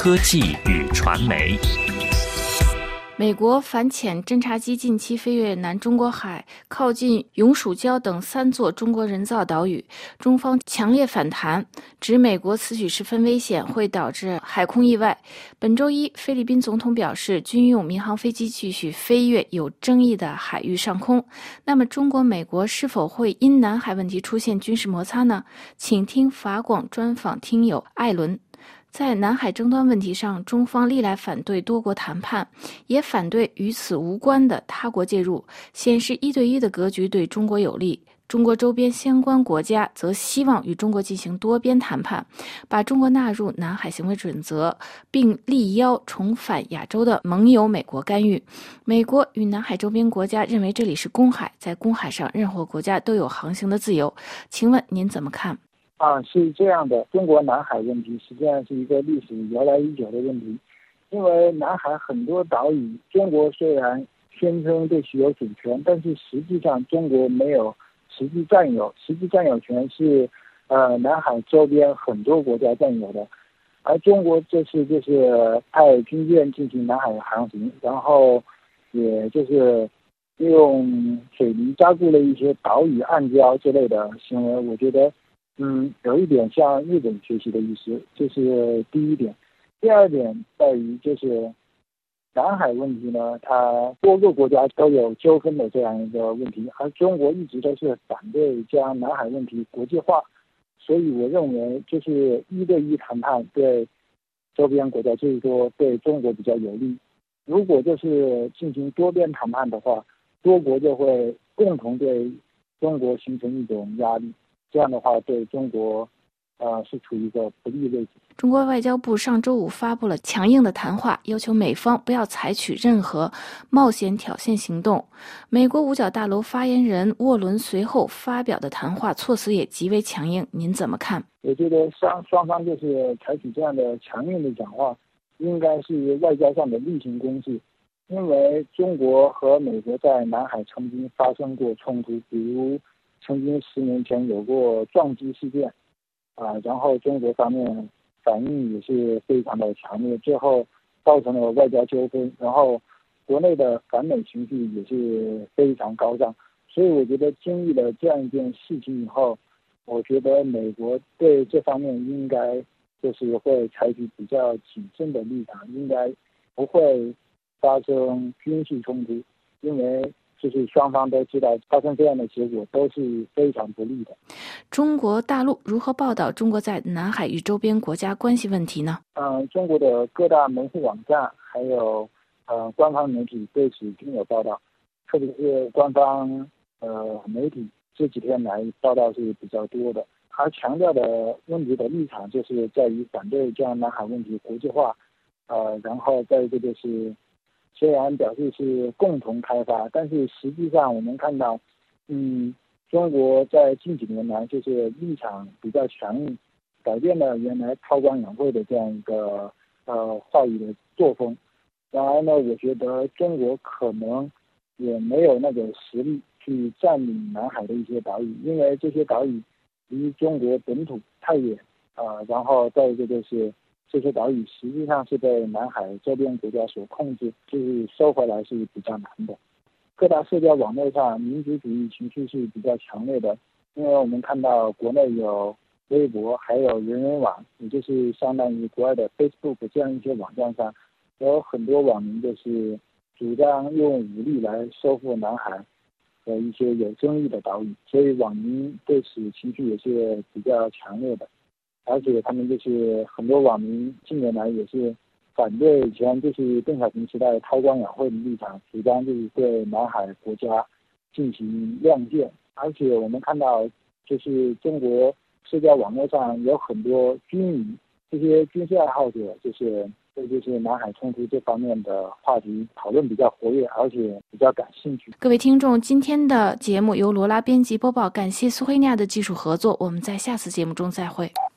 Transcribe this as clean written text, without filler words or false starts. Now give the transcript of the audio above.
科技与传媒。 美国反潜侦察机近期飞越南中国海，靠近永暑礁等3座中国人造岛屿，中方强烈反弹，指美国此举十分危险，会导致海空意外。本周一，菲律宾总统表示，军用民航飞机继续飞越有争议的海域上空。那么，中国、美国是否会因南海问题出现军事摩擦呢？请听法广专访听友艾伦。在南海争端问题上，中方历来反对多国谈判，也反对与此无关的他国介入，显示1对1的格局对中国有利。中国周边相关国家则希望与中国进行多边谈判，把中国纳入南海行为准则，并力邀重返亚洲的盟友美国干预。美国与南海周边国家认为这里是公海，在公海上任何国家都有航行的自由。请问您怎么看？ 是这样的，中国南海问题实际上是一个历史由来已久的问题。因为南海很多岛屿，中国虽然宣称对其有主权，但是实际上中国没有实际占有，实际占有权是南海周边很多国家占有的。而中国这次就是派军舰进行南海航行，然后也就是利用水泥加固了一些岛屿暗礁之类的行为，我觉得有一点向日本学习的意思，这是第一点。第二点在于就是南海问题呢，它多个国家都有纠纷的这样一个问题，而中国一直都是反对将南海问题国际化，所以我认为就是1对1谈判对周边国家就是说对中国比较有利。如果就是进行多边谈判的话，多国就会共同对中国形成一种压力，这样的话对中国是处于一个不利位置。 中国外交部上周五发布了强硬的谈话，要求美方不要采取任何冒险挑衅行动。美国五角大楼发言人沃伦随后发表的谈话措辞也极为强硬，您怎么看？ 我觉得双方就是采取这样的强硬的讲话，应该是外交上的例行公事。因为中国和美国在南海曾经发生过冲突，比如曾经10年前有过撞击事件然后中国方面反应也是非常的强烈，最后造成了外交纠纷，然后国内的反美情绪也是非常高涨。所以我觉得经历了这样一件事情以后，我觉得美国对这方面应该就是会采取比较谨慎的立场，应该不会发生军事冲突，因为就是双方都知道发生这样的结果都是非常不利的。 中国大陆如何报道中国在南海与周边国家关系问题呢？ 中国的各大门户网站还有官方媒体对此均有报道，特别是官方媒体这几天来报道是比较多的，而强调的问题的立场就是在于反对将南海问题国际化，然后再一个就是虽然表示是共同开发，但是实际上我们看到中国在近几年来就是立场比较强硬，改变了原来韬光养晦的这样一个话语的作风。然而呢，我觉得中国可能也没有那个实力去占领南海的一些岛屿，因为这些岛屿离中国本土太远然后再一个就是这些岛屿实际上是被南海周边国家所控制，就是收回来是比较难的。各大社交网络上民族主义情绪是比较强烈的，因为我们看到国内有微博还有人人网，也就是相当于国外的 Facebook 这样一些网站上有很多网民就是主张用武力来收复南海的一些有争议的岛屿，所以网民对此情绪也是比较强烈的。而且他们就是很多网民近年来也是反对以前就是邓小平时代韬光养晦的立场，主张就是对南海国家进行亮剑。而且我们看到就是中国社交网络上有很多军迷，这些军事爱好者就是对就是南海冲突这方面的话题讨论比较活跃，而且比较感兴趣。 各位听众，今天的节目由罗拉编辑播报，感谢苏黑尼亚的技术合作，我们在下次节目中再会。